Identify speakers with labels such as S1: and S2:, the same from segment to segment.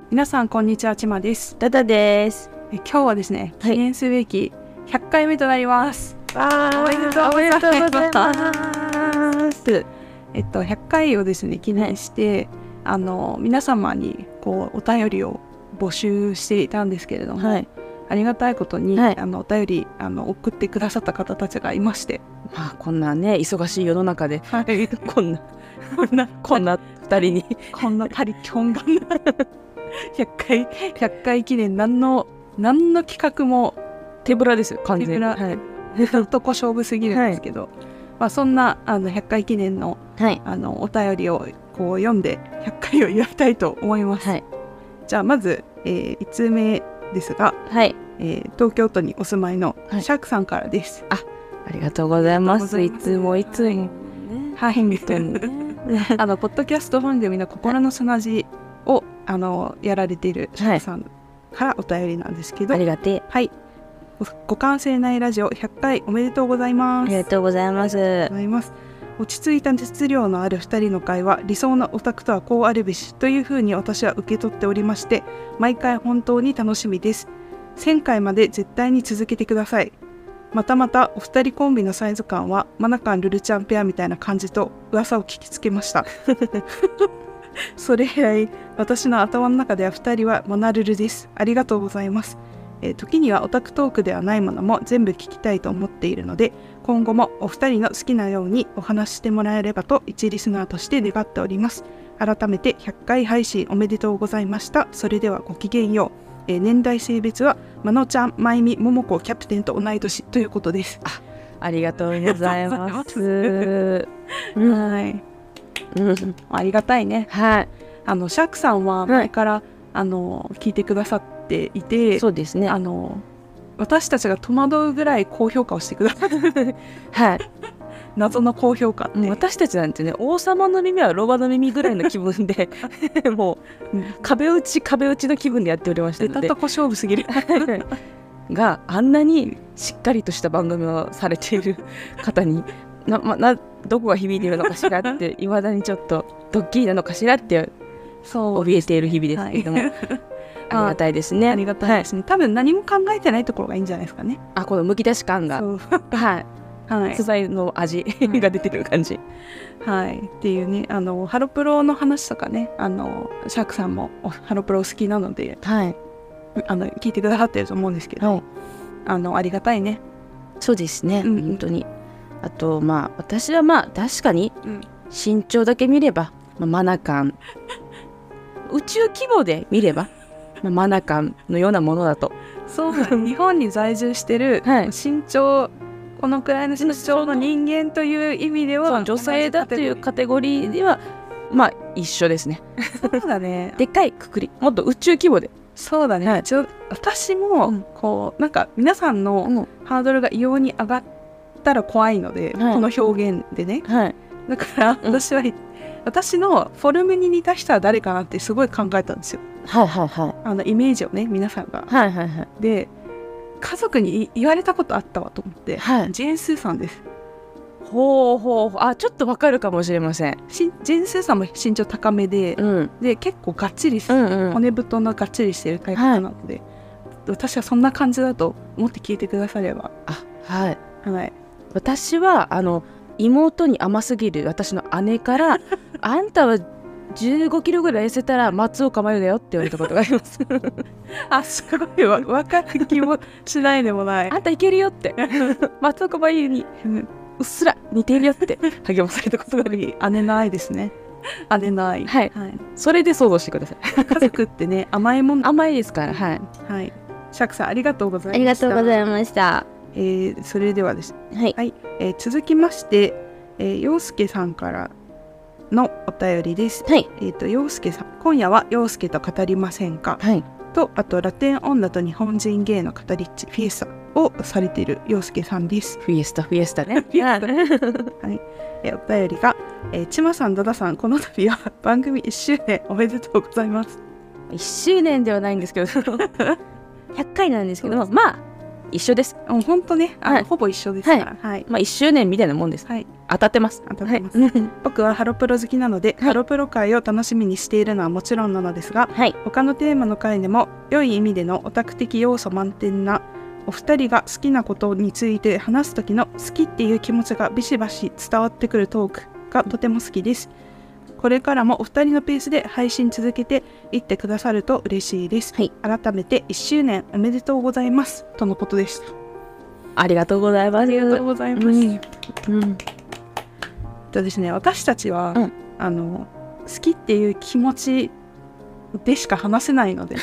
S1: 皆さんこんにちは、ちまです。
S2: ダダです。
S1: 今日はですね、記念すべき100回目となります。おめでとうございます。100回をですね記念して、皆様にこうお便りを募集していたんですけれども、ありがたいことに、お便り送ってくださった方たちがいまして、
S2: こんなね忙しい世の中で、こんな2人に
S1: こんな他力本願な100回記念、何の企画も
S2: 手ぶらですよ、完全に。
S1: とこ勝負すぎるんですけど、そんな100回記念の、お便りをこう読んで100回を祝いたいと思います。じゃあまず、1通目ですが、東京都にお住まいのシャークさんからです。
S2: ありがとうございます。いつも。
S1: ポッドキャスト番組の心の砂地をやられているシャークさんからお便りなんですけど、
S2: ありがてえ。
S1: ご完成ないラジオ100回おめでとうございます。
S2: ありがとうございます。
S1: 落ち着いた熱量のある2人の会話、理想のオタクとはこうあるべしというふうに私は受け取っておりまして、毎回本当に楽しみです。1000回まで絶対に続けてください。またお二人コンビのサイズ感はマナカンルルちゃんペアみたいな感じと噂を聞きつけましたそれ以来私の頭の中では2人はモナルルです。ありがとうございます。時にはオタクトークではないものも全部聞きたいと思っているので、今後もお二人の好きなようにお話ししてもらえればと一リスナーとして願っております。改めて100回配信おめでとうございました。それではごきげんよう。年代性別はまのちゃん、まゆみ、ももこキャプテンと同い年ということです。
S2: ありがとうございます
S1: ありがたいね。シャークさんは前から聞いてくださっていて、
S2: そうですね、
S1: 私たちが戸惑うぐらい高評価をしてくださって謎の高評価って、
S2: 私たちなんてね、王様の耳はロバの耳ぐらいの気分でもう、壁打ちの気分でやっておりましたので、
S1: 出たとこ勝負すぎる
S2: があんなにしっかりとした番組をされている方にどこが響いているのかしらっていまだにちょっとドッキリなのかしらって怯えている日々ですけれども、ありがたいですね。
S1: ありがたいですね。多分何も考えてないところがいいんじゃないですかね。
S2: このむき出し感が素材の味が出てる感じ。
S1: っていうね、ハロプロの話とかね、シャークさんもハロプロ好きなので、聞いてくださってると思うんですけど、ありがたいね。
S2: そうですね、本当に。あと私は確かに身長だけ見れば、マナカン宇宙規模で見れば、マナカンのようなものだと。
S1: そう日本に在住してる身長、このくらいの身長の人間という意味では、
S2: 女性だというカテゴリーでは一緒ですね。
S1: そうだね
S2: でっかいくくり、もっと宇宙規模で。
S1: そうだね、私もこうなんか皆さんのハードルが異様に上がったら怖いので、この表現でね、だから私は、私のフォルムに似た人は誰かなってすごい考えたんですよ。イメージをね、皆さんが。で、家族に言われたことあったわと思って、ジェーン・スーさんです。
S2: ちょっとわかるかもしれません。
S1: ジェーン・スーさんも身長高めで、で結構がっちり骨太のがっちりしてるタイプなので、私はそんな感じだと思って聞いてくだされば。
S2: 私は妹に甘すぎる私の姉からあんたは15キロぐらい痩せたら松岡茉優だよって言われたことがあります
S1: すごい分かる気もしないでもない。
S2: あんたいけるよって松岡茉優にうっすら似ているよって励まされたことがあり、
S1: 姉の愛ですね。姉の愛、
S2: それで想像してください。
S1: 家族ってね、甘い
S2: ですから。
S1: シャークさんありがとうございました。
S2: ありがとうございました。
S1: それではですね、続きまして、陽介さんからのお便りです。陽介さん、今夜は陽介と語りませんか、と、あとラテン女と日本人芸の語りっちフィエスタをされている陽介さんです。
S2: フィエスタね
S1: お便りが、ちまさん、ダダさん、この度は番組1周年おめでとうございます。
S2: 1周年ではないんですけど100回なんですけど、一緒です。
S1: 本当ね、ほぼ一緒ですから。
S2: 1周年みたいなもんです。 当たってます。
S1: 当たってます、
S2: はい、
S1: 僕はハロプロ好きなので、
S2: はい、
S1: ハロプロ会を楽しみにしているのはもちろんなのですが、
S2: はい、
S1: 他のテーマの回でも良い意味でのオタク的要素満点なお二人が好きなことについて話す時の好きっていう気持ちがビシバシ伝わってくるトークがとても好きです。これからもお二人のペースで配信続けていってくださると嬉しいです、
S2: はい、
S1: 改めて1周年おめでとうございますとのことでした。
S2: ありがとうございます。
S1: ありがとうございます、とですね、私たちは、好きっていう気持ちでしか話せないので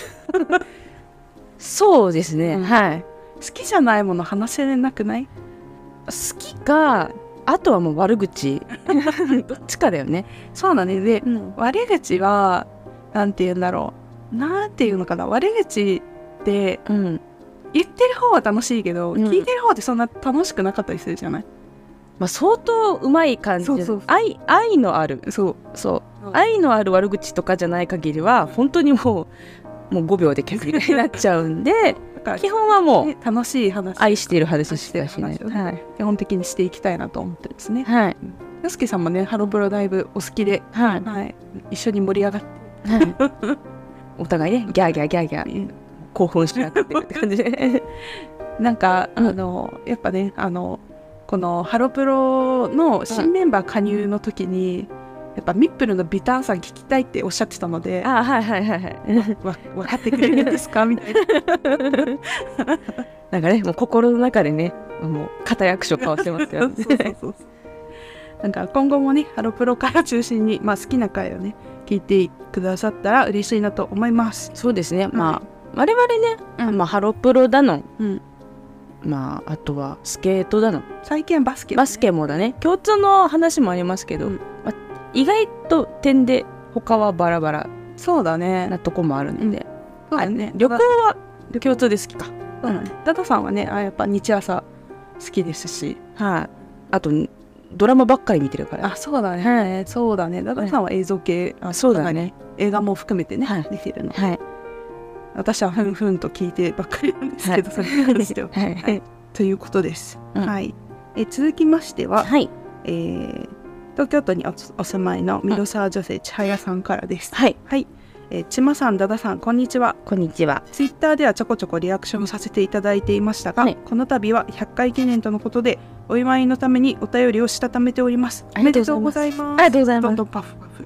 S2: そうですね、はい。
S1: 好きじゃないもの話せなくない？
S2: 好きか、あとはもう悪口どっちかだよね。
S1: そうだね。で、悪口はなんて言うんだろう、なんていうのかな、悪口って言ってる方は楽しいけど、聞いてる方ってそんな楽しくなかったりするじゃない？
S2: まあ、相当うまい感じで、愛のある、愛のある悪口とかじゃない限りは本当にもう5秒で削りになっちゃうんで基本はもう
S1: 楽しい話、
S2: 愛している話しかしない、
S1: 基本的にしていきたいなと思ってですね。
S2: はい。
S1: よすけさんもね、ハロプロだいぶお好きで、一緒に盛り上がって、
S2: お互いねギャーギャーギャーギャー興奮しなくてって感じで
S1: なんかやっぱね、このハロプロの新メンバー加入の時に、やっぱミップルのビターンさん聞きたいっておっしゃってたので、分かってくれるんですかみたいな
S2: なんかね、もう心の中でね、もう固役所交わしてますよ
S1: なんか今後もね、ハロプロから中心に、好きな回をね聞いてくださったら嬉しいなと思います。
S2: そうですね、我々ね、ハロプロだの、あとはスケートだの、
S1: 最近はバスケ
S2: もだね、共通の話もありますけど、意外と点で他はバラバラ
S1: そうだね
S2: なとこもあるので、
S1: 旅行は
S2: 共通で好きか。
S1: ダダさんはね、やっぱ日朝好きですし、
S2: あとドラマばっかり見てるから。
S1: そうだね、そうだね。ダダさんは映像系、
S2: そうだね、
S1: 映画も含めてね、見てるの。私はふんふんと聞いてばっかりなんですけど、それに関しては。ということです。続きましては、東京都にお住まいのミドサー女性千早さんからです。ちまさん、ダダさん、こんにちは。
S2: こんにちは。
S1: ツイッターではちょこちょこリアクションさせていただいていましたが、この度は100回記念とのことでお祝いのためにお便りをしたためております。おめでとうございます。
S2: ありがとうございます。
S1: どんどんパフパフ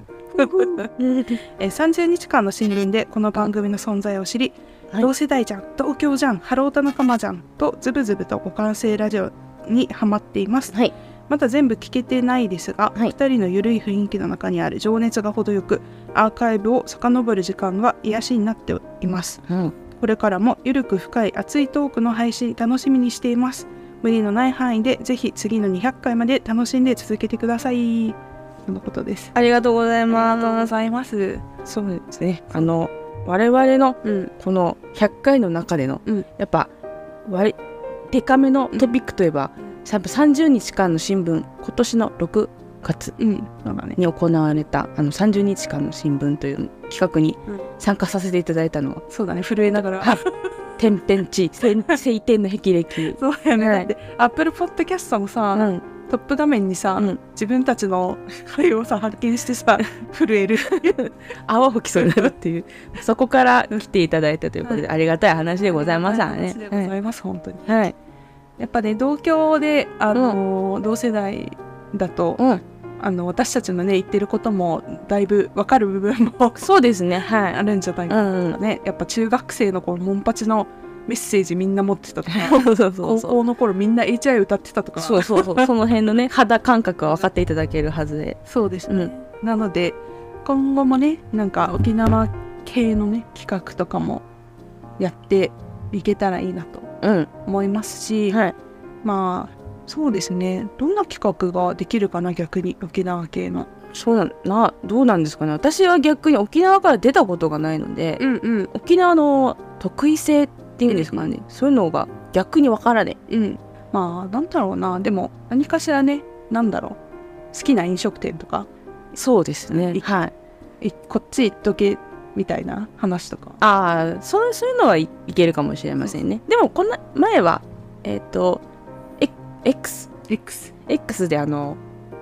S1: 30日間の新聞でこの番組の存在を知り、同世代じゃん、東京じゃん、ハロータ仲間じゃんとズブズブと互換性ラジオにハマっています。まだ全部聞けてないですが、2人のゆるい雰囲気の中にある情熱が程よく、アーカイブを遡る時間は癒しになっています。これからもゆるく深い熱いトークの配信楽しみにしています。無理のない範囲でぜひ次の200回まで楽しんで続けてくださいとのことです。
S2: ありがとうございます。
S1: ありがとうございます。
S2: そうですね、我々のこの100回の中での、やっぱデカめのトピックといえば、30日間の新聞、今年の6月に行われた30日間の新聞という企画に参加させていただいたのは、
S1: そうだね、震えながら
S2: 天変地異、晴天の霹靂。
S1: そうやね、だってアップルポッドキャストもさ、トップ画面にさ、自分たちの声をさ発見してさ震える
S2: 泡吹きそうになるっていう、そこから来ていただいたということで、ありがたい話でございましたね。
S1: ありがとうございます、本当に。やっぱね、同郷で同世代だと、私たちのね言ってることもだいぶ分かる部分も
S2: そうですね、
S1: あるんじゃないかなね。やっぱ中学生の頃モンパチのメッセージみんな持ってたとか高校の頃みんな HI 歌ってたとか、
S2: その辺のね肌感覚は分かっていただけるはずで。
S1: そうですね、なので今後もね、なんか沖縄系のね企画とかもやっていけたらいいなと思いますし、そうですね、どんな企画ができるかな、逆に沖縄系の。
S2: どうなんですかね。私は逆に沖縄から出たことがないので、沖縄の得意性っていうんですかね、そういうのが逆に分からね。
S1: なんだろうな、でも何かしらね、なんだろう、好きな飲食店とか。
S2: そうですね、
S1: こっち行っとけみたいな話とか。
S2: そういうのはいけるかもしれませんね。でもこの前はX で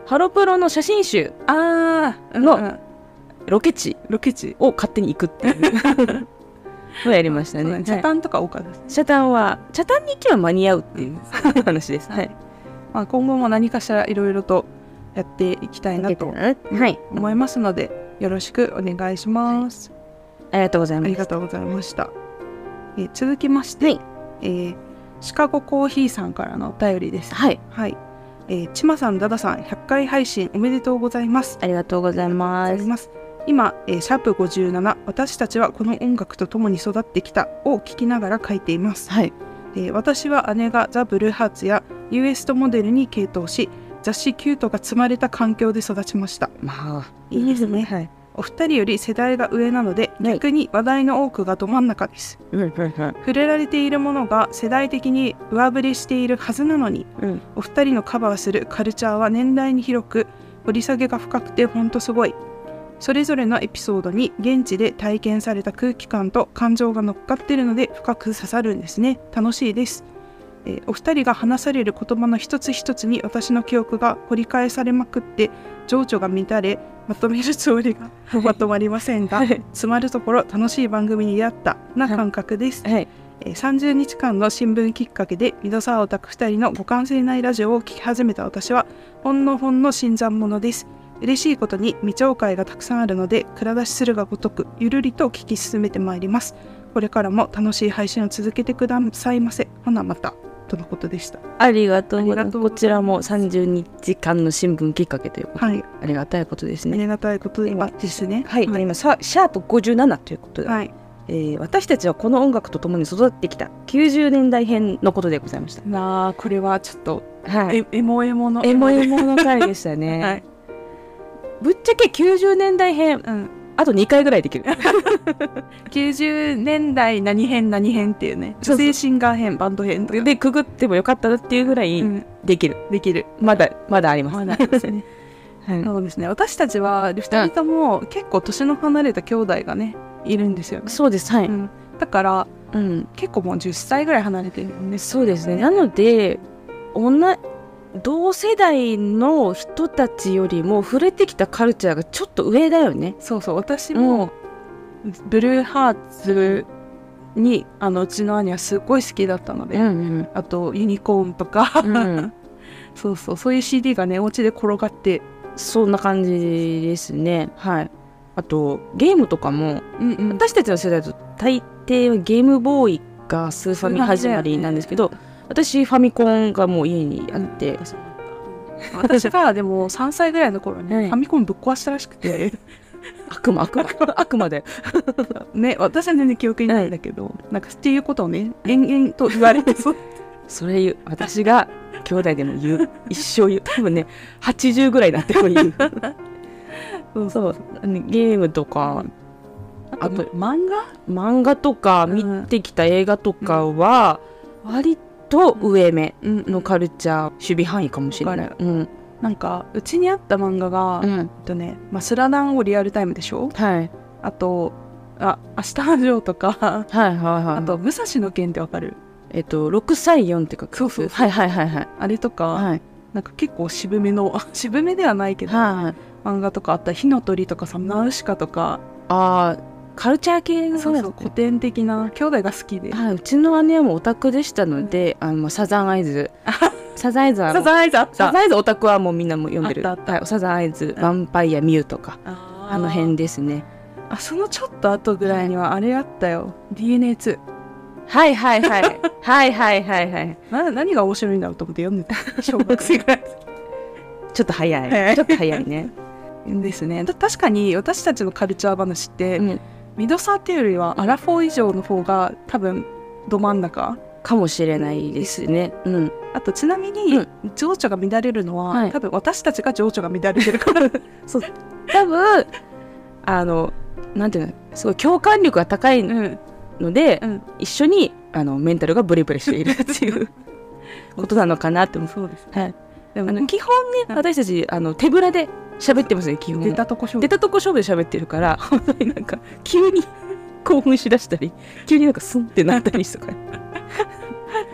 S2: ハロプロの写真集
S1: ああ
S2: のロケ地
S1: ロケ地
S2: を勝手に行くっていうのをやりましたね。
S1: チャタンとか多かったです。
S2: チャタンに行けば間に合うっていう話です。はい。
S1: まあ今後も何かしらいろいろとやっていきたいなと思いますので、よろしくお願いします。
S2: ありがとうございます。
S1: ありがとうございました。続きまして、シカゴコーヒーさんからのお便りです。
S2: はい。
S1: はい。ちまさん、ダダさん、100回配信おめでとうございます。
S2: ありがとうございます。
S1: 今、シャープ57、私たちはこの音楽と共に育ってきたを聞きながら書いています。
S2: はい。
S1: 私は姉がザ・ブルーハーツや US とモデルに傾倒し、雑誌キュートが積まれた環境で育ちました。
S2: まあ、
S1: いいですね。
S2: はい。
S1: お二人より世代が上なので、逆に話題の多くがど真ん中です。触れられているものが世代的に上振れしているはずなのに、お二人のカバーするカルチャーは年代に広く、掘り下げが深くてほんとすごい。それぞれのエピソードに現地で体験された空気感と感情が乗っかっているので深く刺さるんですね。楽しいです。お二人が話される言葉の一つ一つに私の記憶が掘り返されまくって情緒が乱れ、まとめるつもりがまとまりませんが詰まるところ楽しい番組に出会ったな感覚です。30日間の新聞きっかけでミドサーオタク2人の互換性ないラジオを聞き始めた私はほんの新参者です。嬉しいことに未聴会がたくさんあるので蔵出しするがごとくゆるりと聞き進めてまいります。これからも楽しい配信を続けてくださいませ。ほなまたとのことでした。
S2: ありがとうございます。こちらも30日間の新聞きっかけということで、
S1: はい、
S2: ありがたいことですね。
S1: ありがたいことですね。
S2: はい、今シャープ57ということで、はい、私たちはこの音楽とともに育ってきた90年代編のことでございました。
S1: これはちょっと、
S2: はい、
S1: エモエモの
S2: 回でしたね。
S1: はい、
S2: ぶっちゃけ90年代編、あと2回ぐらいできる。
S1: 90年代何編っていうね、女性シンガー編、バンド編とか
S2: でくぐってもよかったなっていうぐらいできる。まだあります。
S1: まだありますね。そうですね。私たちは2人とも結構年の離れた兄弟がねいるんですよね。
S2: そうです。はい。
S1: だから結構もう10歳ぐらい離れてるんです。
S2: そうですね。なので同世代の人たちよりも触れてきたカルチャーがちょっと上だよね。
S1: そうそう。私もブルーハーツにうちの兄はすごい好きだったので、あとユニコーンとかそういう CD がねお家で転がって
S2: そんな感じですね。はい。あとゲームとかも、私たちの世代だと大抵はゲームボーイがスーファミ始まりなんですけど、私ファミコンがもう家にあって、
S1: 私がでも3歳ぐらいの頃ね、ファミコンぶっ壊したらしくて
S2: 悪魔で
S1: ね、私は全然記憶にないんだけど、なんかっていうことをね延々と言われて
S2: それ言う、私が兄弟でも言う、一生言う、多分ね80ぐらいになっても言うそうゲームとか、あと漫画とか見てきた映画とかは割と上目のカルチャー守備範囲かもしれない。
S1: なんかうちにあった漫画がスラダンをリアルタイムでしょ。
S2: はい。
S1: あと明日のジョーとか、あと武蔵の剣ってわかる
S2: ？634って書く。
S1: そう。
S2: はい。
S1: あれとか、なんか結構渋めではないけど、漫画とかあった火の鳥とかさ、ナウシカとか、
S2: カルチャー系の
S1: 古典的な兄弟が好きで、
S2: うちの姉はもうオタクでしたので、サザンアイズオタクはもうみんなも読んでる。サザンアイズ、ヴァンパイアミュウとかあの辺ですね。
S1: そのちょっと後ぐらいにはあれあったよ、DNA2。
S2: はい。
S1: 何が面白いんだろうと思って読んでた、小学生ぐらい。
S2: ちょっと早いね。
S1: ですね。確かに私たちのカルチャー話って、ミドサーっていうよりはアラフォー以上の方が多分ど真ん中
S2: かもしれないですね。
S1: あとちなみに、情緒が乱れるのは、多分私たちが情緒が乱れてるから
S2: そう多分なんていうの、すごい共感力が高いので、一緒にメンタルがブレブレしているっていうことなのかなって思う。
S1: そうです、
S2: でも基本ね、私たち手ぶらで喋ってますね。基本
S1: 出たとこ勝負
S2: で喋ってるから、本当になんか急に興奮しだしたり、急になんかスンってなったりとか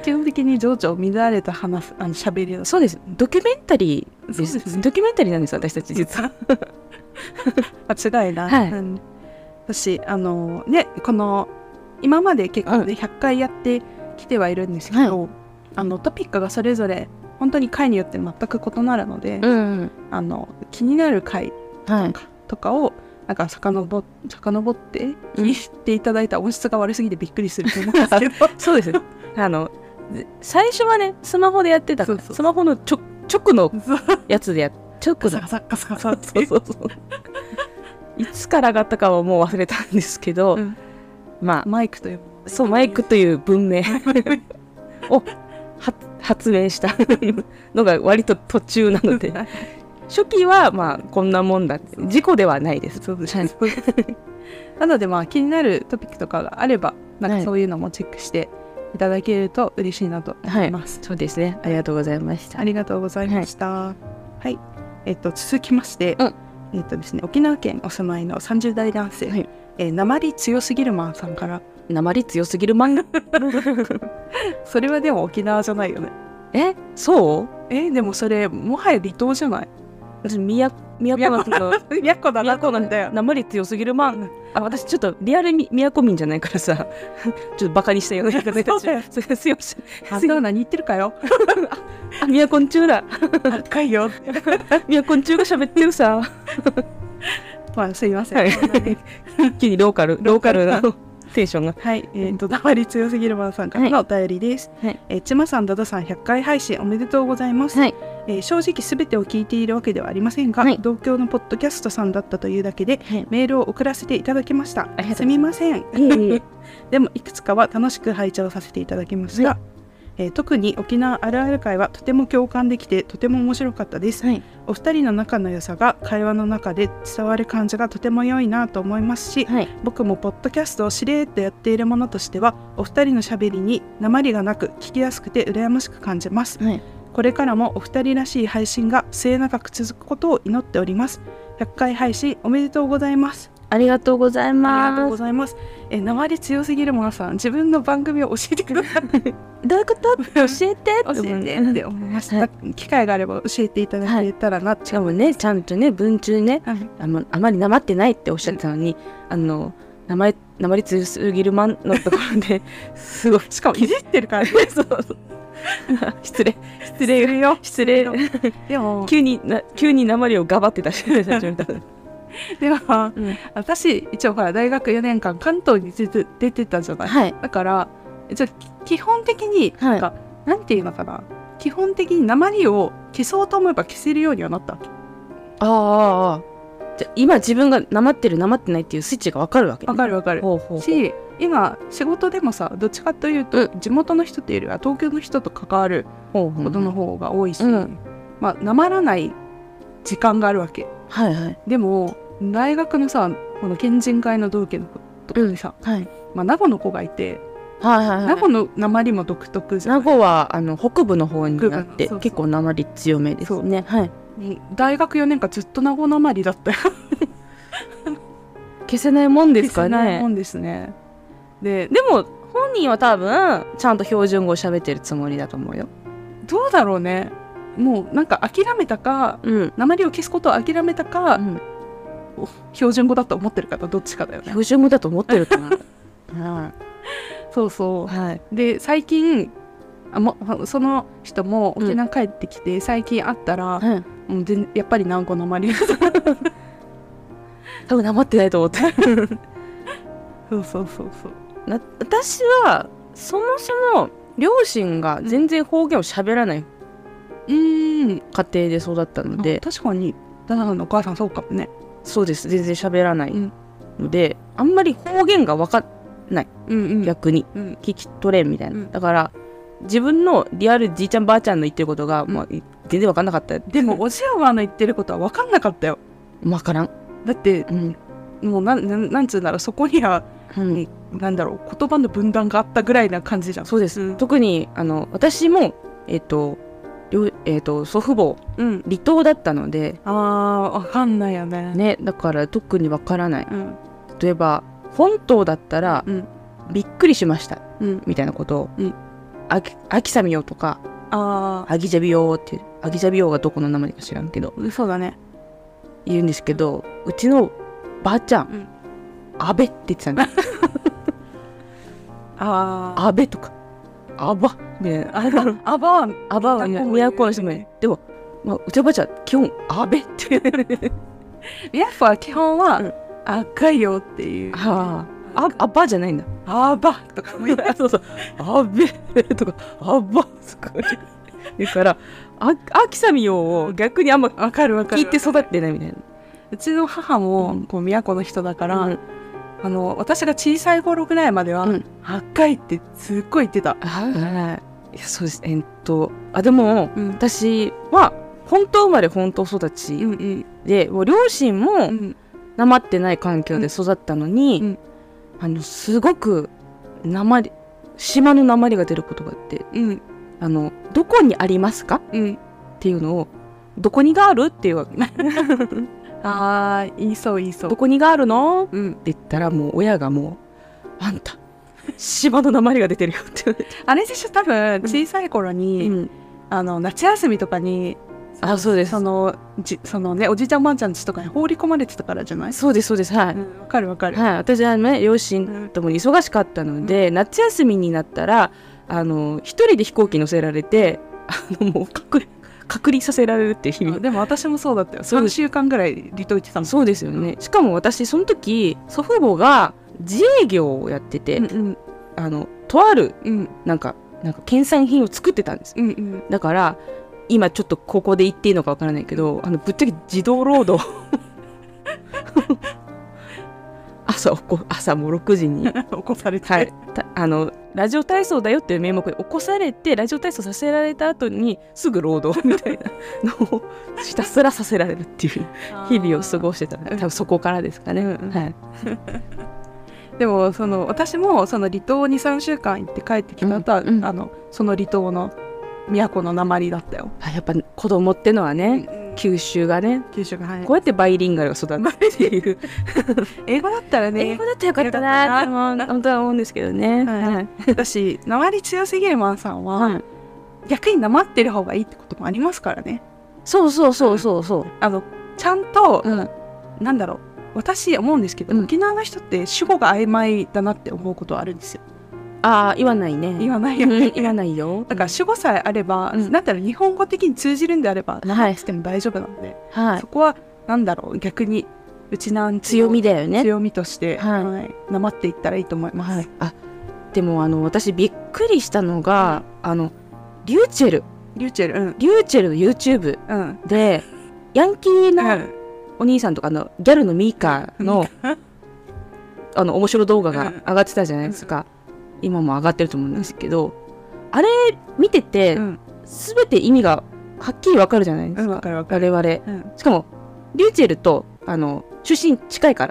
S1: 基本的に情緒乱れた喋りだ。
S2: そうです。ドキュメンタリーです。
S1: そうですね
S2: ドキュメンタリーなんです私たち実は。
S1: 間違いな。
S2: はい
S1: 私ね、この今まで結構ね、100回やってきてはいるんですけど、トピックがそれぞれ本当に回によって全く異なるので、気になる回とかをなんか遡って聞いていただいた音質が悪すぎてびっくりすると思うんですけど
S2: そうです。最初はねスマホでやってたから、スマホの直のやつで直
S1: カサカサカサカサって
S2: そういつから上がったかはもう忘れたんですけど、まあ
S1: マイクという
S2: そうマイクという文明を発明したのが割と途中なので初期はまあこんなもんだって事故ではないです。
S1: なのでまあ気になるトピックとかがあればなんかそういうのもチェックしていただけると嬉しいなと思います。
S2: そうですね。ありがとうございました。
S1: ありがとうございました。はい。続きまして、ですね、沖縄県お住まいの30代男性、鉛強すぎるマンさんから。
S2: 鉛強すぎるマン
S1: それはでも沖縄じゃないよね。
S2: そう
S1: でもそれもはや離島じゃない？
S2: 私宮古なんだよ。鉛強すぎるマン。私ちょっとリアル宮古民じゃないからさちょっとバカにしたような言い方になっちゃう。すいません。
S1: あんたは何言ってるかよ。
S2: 宮古んちゅうだ。
S1: 高いよ。
S2: 宮古んちゅうが喋ってるさ。
S1: まあすいません。
S2: 急にローカルなテンションが。
S1: はい。鉛強すぎるマンさんからのお便りです。ちまさん、ダダさん100回配信おめでとうございます。正直すべてを聞いているわけではありませんが、同郷のポッドキャストさんだったというだけで、メールを送らせていただきました。すみません。でもいくつかは楽しく拝聴させていただきました。特に沖縄あるある会はとても共感できてとても面白かったです。お二人の仲の良さが会話の中で伝わる感じがとても良いなと思いますし、僕もポッドキャストをしれーっとやっているものとしてはお二人のしゃべりに訛りがなく聞きやすくて羨ましく感じます。これからもお二人らしい配信が末永く続くことを祈っております。100回配信おめでとうございます。
S2: ありがとうございます。
S1: ありがとうございます。訛強すぎるものさん、自分の番組を教えてください。
S2: どういうこと教えて
S1: って思いました。機会があれば教えていただけたらな。
S2: しかもね、ちゃんとね、文中ね、あまりなまってないっておっしゃってたのに、訛り強すぎるマンのところですごい、
S1: しかもいじってるからね。
S2: 失礼よ。
S1: でも
S2: 急に訛りをがばってたし。
S1: でも、私一応ほら大学4年間関東に出てたじゃない。だから基本的になんていうのかな、基本的に訛を消そうと思えば消せるようにはなったわけ。
S2: じゃ今自分が訛ってる訛ってないっていうスイッチが分かるわけ、
S1: 分かるし、今仕事でもさ、どっちかというと、地元の人っていうよりは東京の人と関わることの方が多いし、まあ訛らない時間があるわけ。でも大学のさ、この県人会の同期の子とかでさ、まあ名護の子がいて、名護の訛も独特じゃん。
S2: 名護は北部の方になって結構訛り強めですね。
S1: 大学4年間ずっと名護訛りだったよ。
S2: 消せないもんですかね。
S1: 消せないもんですね。
S2: でも本人は多分ちゃんと標準語を喋ってるつもりだと思うよ。
S1: どうだろうね。もうなんか諦めたか、訛りを消すことを諦めたか、標準語だと思ってるかとどっちかだよね。
S2: 標準語だと思ってるかな。
S1: そう。で最近その人も沖縄帰ってきて、最近会ったら、もうやっぱり何個訛り
S2: 多分訛ってないと思って。
S1: そう。
S2: 私はそもそも両親が全然方言を喋らない家庭で育ったので、
S1: 確かに旦那のお母さんそうかもね。
S2: そうです、全然喋らないので、あんまり方言が分かんない、逆に、聞き取れんみたいな、だから自分のリアルじいちゃんばあちゃんの言ってることが、全然分かんなかった。
S1: でもおじおばの言ってることは分かんなかったよ。
S2: 分からん。
S1: だって、もうなんつうんだろう、そこには、なんだろう、言葉の分断があったぐらいな感じじゃん。
S2: そうです、特に私も祖父母、離島だったので、
S1: 分かんないよね。
S2: だから特に分からない。例えば本島だったら、びっくりしました、みたいなことをアキサミヨとか
S1: あ
S2: アギジャビヨっていう、アギジャビヨがどこの名前か知らんけど
S1: あ、そうだね。
S2: 言うんですけど、うちのばあちゃん、
S1: うん
S2: アベって言ってたんです
S1: ああ、
S2: アベとかアバね、
S1: アバー
S2: アバは都の人もね、でも、まあ、うちのばあちゃん基本アベって
S1: やっぱ基本は、
S2: うん
S1: 赤いよっていう。
S2: アバじゃないんだ。
S1: アバとかも言う
S2: そうそう、アベとかアバとか言うからアキサミヨを逆にあんま
S1: わかるわかる。
S2: 聞いて育ってないみたいな。
S1: うちの母も、
S2: うん
S1: こう都の人だから、
S2: うん
S1: 私が小さい頃ぐらいまでは、
S2: うん
S1: 赤いってすっごい言ってた。
S2: いやそうです。でも、
S1: うん
S2: 私は本当生まれ本当育ち
S1: うん
S2: で、もう両親も
S1: うん
S2: なまってない環境で育ったのに、すごく島のなまりが出ることがあって、
S1: うん
S2: どこにありますか
S1: うん
S2: っていうのを、どこにがあるっていうわけ。
S1: ああ、言いそう言いそう。
S2: どこにがあるのって
S1: うん、
S2: 言ったら、もう親がもう、あんた、島のなまりが出てるよって言われて。
S1: あれでしょ、多分小さい頃に、夏休みとかに
S2: あ、そうです。
S1: そのね、おじいちゃんおばあちゃん家とかに放り込まれてたからじゃない？
S2: そうです、そうです。はい。
S1: わかるわかる。
S2: はい、私はね、両親ともに忙しかったので、夏休みになったら、一人で飛行機乗せられて、もう隔離させられるっていう日々。
S1: でも私もそうだったよ。
S2: そう
S1: 3週間ぐらい離島行ってたの。
S2: そうですよね。しかも私、その時、祖父母が自営業をやってて、
S1: うん
S2: とある、
S1: うん
S2: なんか県産品を作ってたんです。
S1: うんうん
S2: だから、今ちょっとここで言っていいのかわからないけど、ぶっちゃけ児童労働。朝もう6時に。
S1: 起こされて、
S2: はい、ラジオ体操だよっていう名目で起こされて、ラジオ体操させられた後にすぐ労働みたいなのをひたすらさせられるっていう日々を過ごしてた。多分そこからですかね。はい、
S1: でも私もその離島に3週間行って帰ってきた後は、その離島の都の訛りだったよ。
S2: やっぱ子供ってのはね、九州がね、こうやってバイリンガルが育つっていう。
S1: 英語だったらね、
S2: 英語だったらよかったなって本当は思うんですけどね。はい、
S1: 私訛り強すぎるマンさんは、逆に訛ってる方がいいってこともありますからね。
S2: そう。
S1: ちゃんと、なんだろう、私思うんですけど、沖縄の人って主語が曖昧だなって思うことはあるんですよ。
S2: 言わないね。
S1: 言わないよね。
S2: 言わないよ。
S1: だから主語さえあれば、なんだろう、日本語的に通じるんであれば何しても大丈夫なので、そこはなんだろう、逆にうちなん
S2: 強みだよね。
S1: 強みとしてなまっていったらいいと思います。
S2: でも私びっくりしたのが、リューチェルの YouTube で、ヤンキーなお兄さんとかギャルのミーカーの面白動画が上がってたじゃないですか。今も上がってると思うんですけど、あれ見てて、全て意味がはっきりわかるじゃないですか。我々、しかもリューチェルと出身近いから、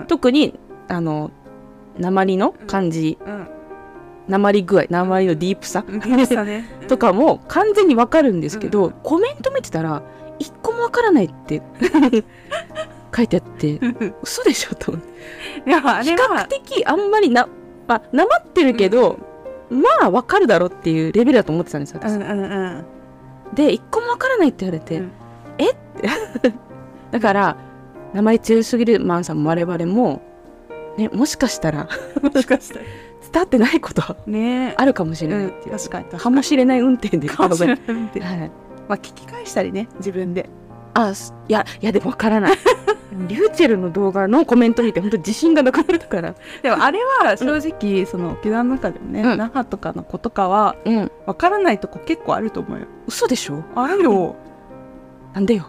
S2: 特に訛りの感じ、訛り具合、訛りのディープさとかも完全にわかるんですけど、コメント見てたら一個もわからないって書いてあって嘘でしょと思って。比較的あんまりなまってるけど、まあわかるだろっていうレベルだと思ってたんですよ、私。で、一個もわからないって言われて、えってだから名前強すぎるマンさんも我々もね、もしかしたら伝わってないことあるかもしれないっていう、
S1: 確かに
S2: かもしれない運転で
S1: かもしれない運転、聞き返したりね、自分で。
S2: いやでもわからない。リューチェルの動画のコメント見て本当に自信がなくなったから。
S1: でもあれは正直、沖縄の中でもね、那覇とかの子とかはわからないとこ結構あると思うよ。
S2: 嘘でしょ？
S1: あるよ。
S2: なんでよ。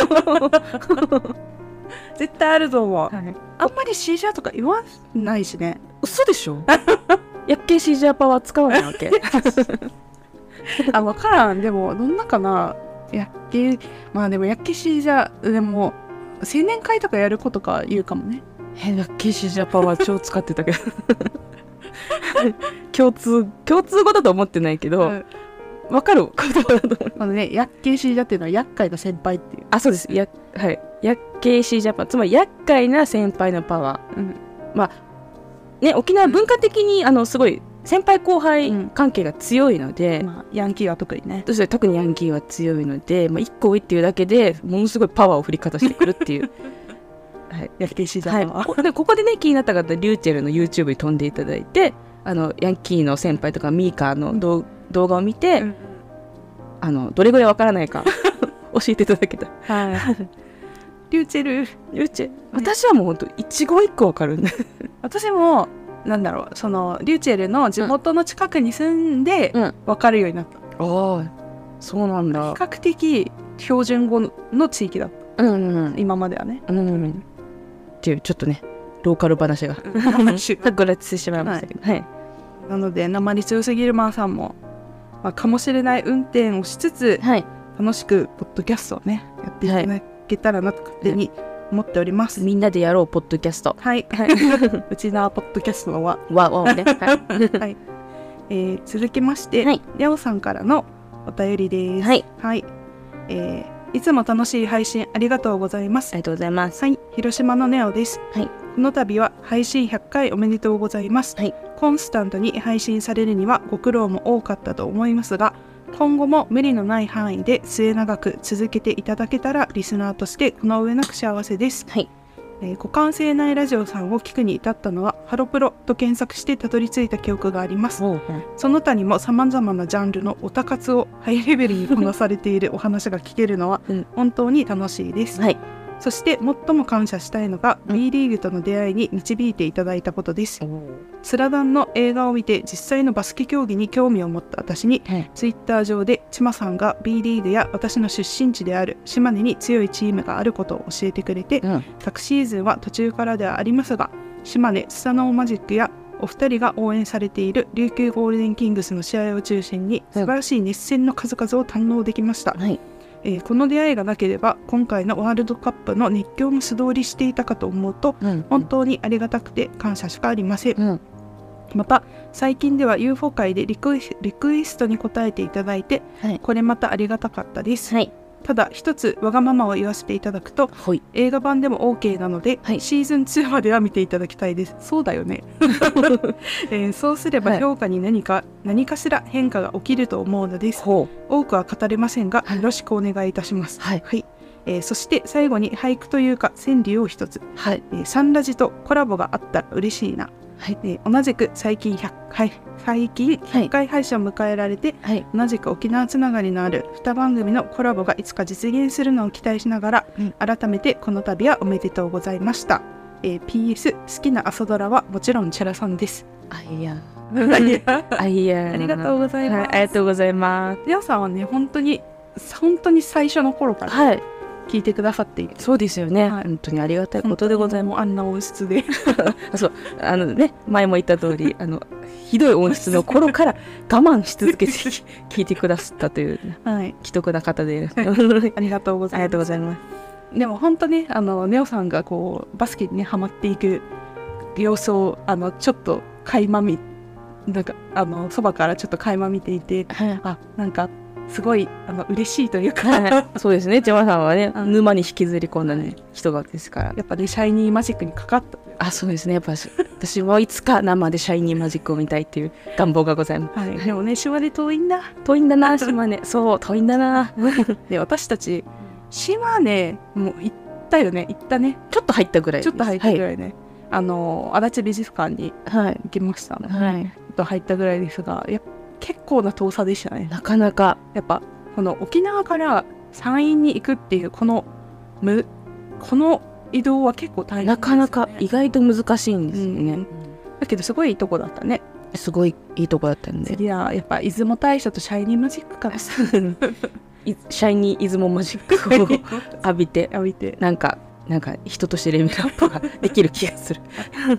S1: 絶対あると思う。あんまりシージャーとか言わないしね。
S2: 嘘でしょ？やっけシージャーパワー使わないわけ？
S1: わからん。でもどんなかな。でもやっけシージャーでも青年会とかやる子とか言うかもね。
S2: やっけシージャーパワー超使ってたけど共通語だと思ってないけど、わかる言葉だと思う。
S1: やっけシージャーっていうのは厄介な先輩っていう。
S2: そうです。やっけシージャーパワー、つまり厄介な先輩のパワー。沖縄文化的にすごい先輩後輩関係が強いので、
S1: まあ、ヤンキーは特にね。
S2: そして特にヤンキーは強いので、1個上っていうだけでものすごいパワーを振りかざしてくるっていうはい、
S1: やけしじゃんわ。
S2: でここでね気になった方リューチェルの YouTube に飛んでいただいてヤンキーの先輩とかミーカーの動画を見て、どれぐらいわからないか教えていただけた。
S1: はい。リューチェル、
S2: 私はもうほんと一語一句わかるんで
S1: 私もなんだろう、そのリューチェルの地元の近くに住んでわかるようになった。
S2: ああ、そうなんだ。
S1: 比較的標準語の地域だった。今まではね。
S2: っていうちょっとねローカル話がぐらつしてしまいましたけど、はい、
S1: なので鉛強すぎるマーさんも、かもしれない運転をしつつ、楽しくポッドキャストをねやっていただけたらなと勝手に思っております。
S2: みんなでやろうポッドキャスト。
S1: はい。うちのポッドキャストのは
S2: ね。
S1: はい。続きまして、レオさんからのお便りです。はい。いつも楽しい配信ありがとうございます。
S2: ありがとうございます。
S1: はい。広島のネオです。
S2: はい。
S1: この度は配信100回おめでとうございます。はい。コンスタントに配信されるにはご苦労も多かったと思いますが、今後も無理のない範囲で末永く続けていただけたらリスナーとしてこの上なく幸せです。はい。互換性ないラジオさんを聞くに至ったのはハロプロと検索してたどり着いた記憶があります。その他にもさまざまなジャンルのオタ活をハイレベルにこなされているお話が聞けるのは本当に楽しいです。はい。そして最も感謝したいのが B リーグとの出会いに導いていただいたことです。スラダンの映画を見て実際のバスケ競技に興味を持った私に、ツイッター上でちまさんが B リーグや私の出身地である島根に強いチームがあることを教えてくれて、昨シーズンは途中からではありますが島根スサノオマジックやお二人が応援されている琉球ゴールデンキングスの試合を中心に素晴らしい熱戦の数々を堪能できました。この出会いがなければ今回のワールドカップの熱狂も素通りしていたかと思うと、本当にありがたくて感謝しかありません。また最近では UFO 会でリクエストに答えていただいて、これまたありがたかったです。ただ一つわがままを言わせていただくと、映画版でも OK なので、シーズン2までは見ていただきたいです。そうだよね、そうすれば評価に何かしら変化が起きると思うのです。多くは語れませんが、よろしくお願いいたします。そして最後に俳句というか川柳を一つ、サンラジとコラボがあったら嬉しいな。同じく最近100回配信を迎えられて、同じく沖縄つながりのある2番組のコラボがいつか実現するのを期待しながら、改めてこの度はおめでとうございました。PS 好きな朝ドラはもちろんチャラさんです。ありがとうございます。
S2: ありがとうございます。
S1: レオさんはね本当に最初の頃から、聞いてくださっている。
S2: そうですよね、本当にありがたいことでございます。
S1: あんな音質で
S2: そう前も言った通りひどい音質の頃から我慢し続けて聞いてくださったという、既得な方で
S1: ありがとうございます。でも本当ねネオさんがこうバスケにねハマっていく様子をちょっと垣間見そばからちょっと垣間見ていて、なんかすごい嬉しいというか
S2: そうですね。ジャマさんはね、沼に引きずり込んだ人がですから、
S1: やっぱねシャイニーマジックにかかった。
S2: そうですね。やっぱ私もいつか生でシャイニーマジックを見たいっていう願望がございます。
S1: でもね島根遠いんだ
S2: な島根そう遠いんだな
S1: で私たち島根も行ったね。
S2: ちょっと入ったぐらい
S1: ね。足立美術館に行きましたので、と入ったぐらいですが、結構な遠さでしたね。
S2: なかなか
S1: やっぱこの沖縄から山陰に行くっていうこの移動は結構大変ですね。
S2: なかなか意外と難しいんですよね。
S1: だけどすごいいいとこだったね。
S2: すごいいいとこだったんで。
S1: 次はやっぱ出雲大社とシャイニーマジックから
S2: シャイニー出雲マジックを浴びてなんか人としてレベルアップができる気がする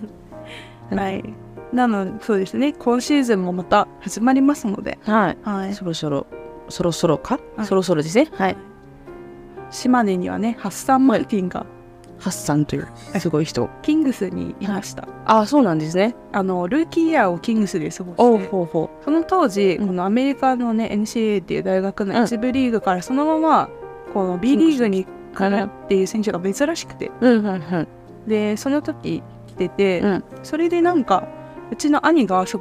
S1: なのでそうですね、今シーズンもまた始まりますので、
S2: そろそろですね。
S1: 島根にはねハッサン・マルティンが
S2: ハッサンというすごい人
S1: キングスにいました。
S2: そうなんですね。
S1: ルーキーイヤーをキングスで過ごして、その当時、このアメリカのね NCAA っていう大学の一部リーグからそのままこの B リーグに来るっていう選手が珍しくて、でその時来てて、それでなんかうちの兄がすごい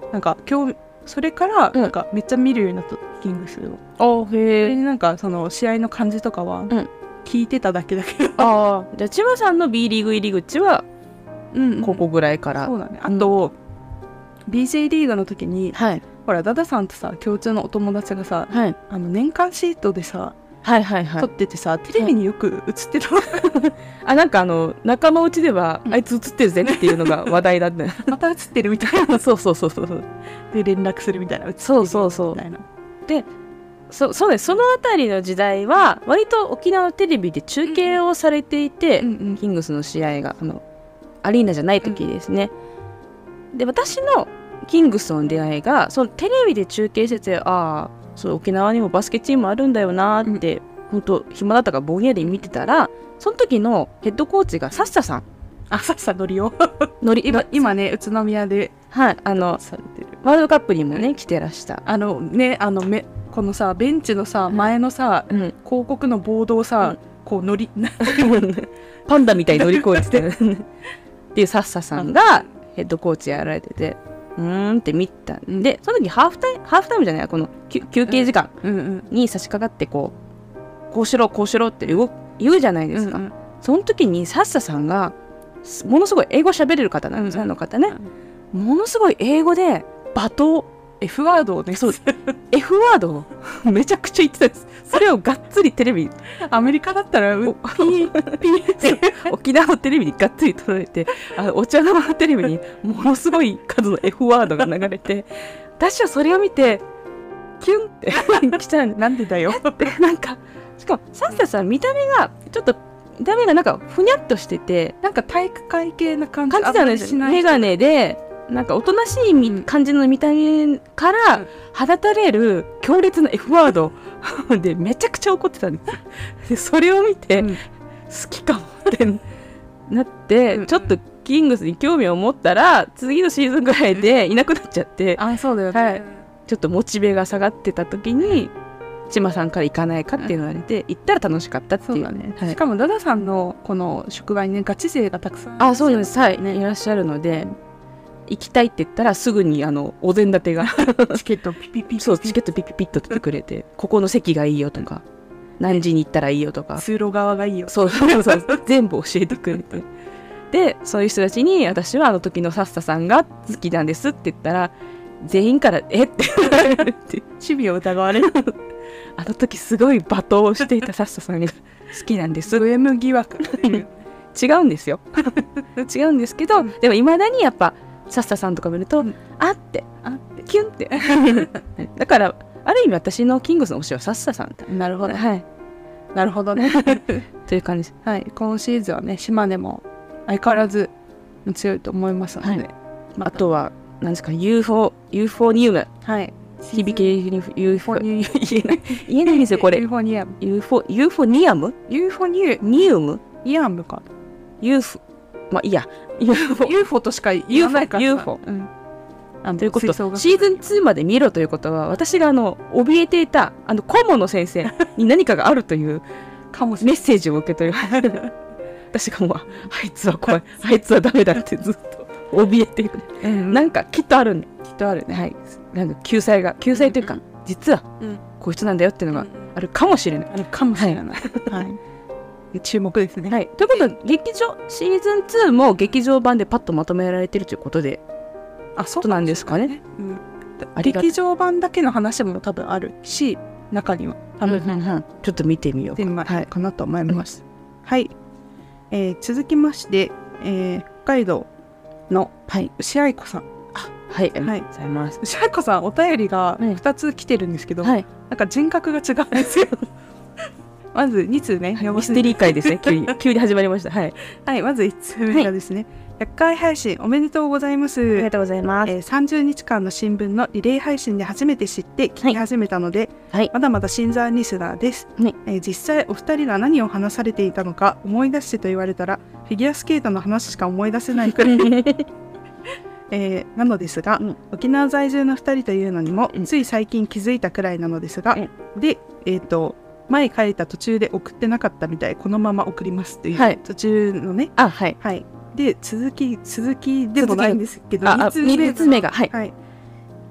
S1: なんかそれから
S2: うん
S1: なんかめっちゃ見るようになったキングスを。
S2: あへえ。
S1: なんかその試合の感じとかは
S2: ん
S1: 聞いてただけだけど、
S2: ああ、じゃあ千葉さんの B リーグ入り口は
S1: うん
S2: ここぐらいから。
S1: そうだね。あと、BJ リーグの時に
S2: はい
S1: ほらダダさんとさ共通のお友達がさ
S2: はい
S1: 年間シートでさ
S2: はいはいはい。
S1: 撮っててさ、テレビによく映ってた、
S2: あ、なんか仲間内では、
S1: うん
S2: あいつ映ってるぜっていうのが話題だった。
S1: また映ってるみたいな
S2: そうそうそうそう。
S1: で連絡するみたいな、映ってる
S2: そうそうそう
S1: みたいな。
S2: そうです。そのあたりの時代は割と沖縄テレビで中継をされていて、
S1: うんうん
S2: キングスの試合がアリーナじゃない時ですね。で私のキングスとの出会いがそのテレビで中継してて、ああそう沖縄にもバスケチームあるんだよなーって、本当暇だったからぼんやり見てたら、その時のヘッドコーチがサッサさん
S1: あ、さっさのりお
S2: のり
S1: 今ね宇都宮で
S2: はい
S1: されてる
S2: ワールドカップにもね来てらした。
S1: このさベンチのさ前のさ
S2: うん、
S1: 広告のボードをさ、
S2: うん
S1: こう乗り
S2: パンダみたいに乗り越えてるっていうサッサさんがヘッドコーチやられてて、って見たんで、その時ハーフタイムじゃない、この休憩時間
S1: うんうん
S2: に差し掛かってこうしろって言うじゃないですか、
S1: うんうん
S2: その時にサッサさんがものすごい英語喋れる方なんですよ、あの方ね、ものすごい英語で罵倒
S1: F ワードをね、
S2: そう F ワードをめちゃくちゃ言ってたんです。それをがっつりテレビ
S1: アメリカだったらピーって
S2: 沖縄のテレビにがっつり撮られて、お茶の間のテレビにものすごい数の F ワードが流れて、私はそれを見てキュンって来たんで、
S1: なんでだよ
S2: なんかしかもサッサさん見た目がなんかふにゃっとしてて
S1: なんか体育会系な感じ
S2: 感じなんですよ。メガネでなんかおとなしい感じの見た目から放たれる強烈な F ワードでめちゃくちゃ怒ってたんですよ。でそれを見て、好きかもってなって、ちょっとキングスに興味を持ったら次のシーズンぐらいでいなくなっちゃって、
S1: そうだよね、
S2: はい、ちょっとモチベが下がってた時に千葉さんから行かないかって言われて、行ったら楽しかったっていう。
S1: そうだね、
S2: はい、
S1: しかもダダさんのこの職場にねガチ勢がたくさん
S2: そうなんです、はいね、いらっしゃるので、行きたいって言ったらすぐにお膳立てが
S1: チケットピピピ
S2: そうチケットピピピッと取ってくれてここの席がいいよとか何時に行ったらいいよとか
S1: 通路側がいいよ
S2: そう全部教えてくれて、でそういう人たちに私はあの時のサッサさんが好きなんですって言ったら全員からって言われるっていう
S1: 趣味を疑われる
S2: あの時すごい罵倒をしていたサッサさんが好きなんです
S1: グエム疑惑
S2: 違うんですよ違うんですけど、でもいまだにやっぱサッサさんとか見ると、あってキュンってだからある意味私のキングスの推しはサッサさんだ。
S1: なるほど、
S2: はい
S1: なるほどね
S2: という感じです。
S1: はい、今シーズンはね島根も相変わらず強いと思いますので、
S2: はい、あとは何ですか UFO ニウム、
S1: はい
S2: 響き UFO 言えないんですよこれ。
S1: UFO ニアム
S2: UFO ニアム
S1: UFO ニ
S2: ウム
S1: イアムか
S2: UFO まあいいや
S1: UFO としか言わないから
S2: UFO ということシ
S1: 吹奏楽
S2: ーズン2まで見ろということは私が怯えていた顧問の先生に何かがあるという
S1: かもしれない
S2: メッセージを受け取りました私がもうあいつは怖いあいつはダメだってずっと怯えている、なんかきっとあるんで
S1: きっとあるね、
S2: はい、なんか救済というか、実はこういう人なんだよっていうのがあるかもしれない、
S1: あるかもしれない、はい注目ですね。
S2: はい、ということは劇場シーズン2も劇場版でパッとまとめられてるということでそうなんですかね。
S1: 劇場版だけの話も多分あるし中には多分、
S2: ちょっと見てみよう
S1: かなと思います。はい、続きまして、北海道の牛愛子さん。
S2: はい、ありがとうございます。
S1: 牛愛子さんお便りが2つ来てるんですけど、なんか人格が違うんですよ。まず2通ね、
S2: ミステリー会ですね。急に始まりました。はい、
S1: まず1通目がですね、100回配信おめでとうございます。
S2: ありがとうございます。
S1: 30日間の新聞のリレー配信で初めて知って聞き始めたので、まだまだ新参リスナーです。実際お二人が何を話されていたのか思い出してと言われたらフィギュアスケートの話しか思い出せないくらいなのですが、沖縄在住の2人というのにもつい最近気づいたくらいなのですが、で前書いた途中で送ってなかったみたい、このまま送りますという途中のね、で続きでもないんですけど、
S2: 3つ目が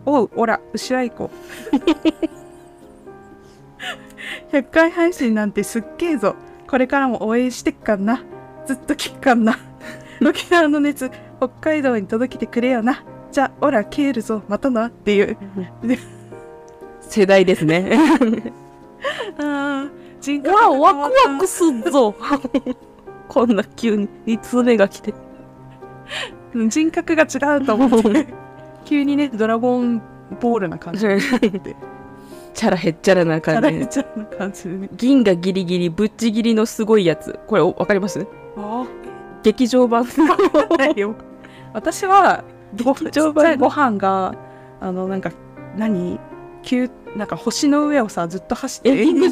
S1: おう、おら、牛愛子。100回配信なんてすっげえぞ。これからも応援してっかんな。ずっと聞くかんな。沖縄の熱、北海道に届けてくれよな。じゃあ、おら、ケールぞ、またなっていう。
S2: 世代ですね。
S1: あ人
S2: わあ、ワクワクすんぞ。こんな急に2通目が来て。
S1: 人格が違うと思って急にねドラゴンボールな感じで
S2: チャラへっちゃらな
S1: チャ
S2: 感じで。
S1: ラヘチャラな感じでね。
S2: 銀がギリギリぶっちぎりのすごいやつ。これわかります？
S1: あ
S2: 劇場版。
S1: ないよ。私は
S2: 劇場版
S1: ちっちゃいご飯がなんかなんか星の上をさずっと走って
S2: 銀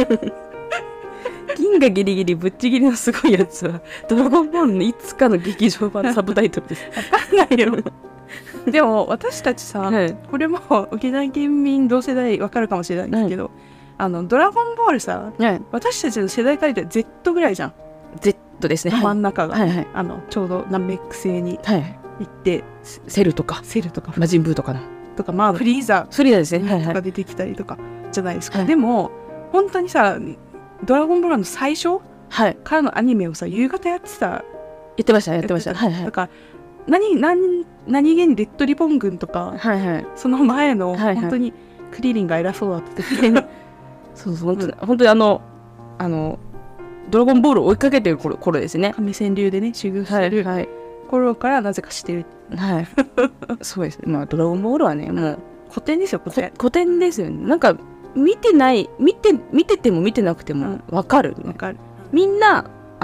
S2: がギリギリぶっちぎりのすごいやつはドラゴンボールのいつかの劇場版のサブタイトルです。
S1: わかんないよ。でも私たちさ、
S2: はい
S1: これも沖縄県民同世代わかるかもしれないんですけど、ドラゴンボールさ、
S2: はい。
S1: 私たちの世代から言ったら Z ぐらいじゃん、
S2: Z ですね。
S1: 真ん中が、
S2: はいはい
S1: ちょうどナメック星に
S2: はい。
S1: 行って
S2: セルとか
S1: セルとか
S2: 魔人ブーとかの
S1: まあフリーザ
S2: フリーダですね。はいはい
S1: とか出てきたりとかじゃないですか、
S2: はい
S1: でも本当にさドラゴンボールの最初
S2: はい。
S1: からのアニメをさ夕方やってた
S2: やってましたやってました。はいはい
S1: だから何気にレッドリボン軍とか
S2: はいはい。
S1: その前の
S2: はいはい
S1: 本当にクリリンが偉そうだった時
S2: そうそう本当にドラゴンボールを追いかけてる頃ですね。
S1: 亀川流でね修行し
S2: はい
S1: てる
S2: はい
S1: 頃からなぜかしてる
S2: はい。そうですね。まあドラゴンボールはねもう
S1: 古典ですよ古典
S2: 古典ですよね。なんか見てても見てなくてもわかる、
S1: わかる
S2: みんな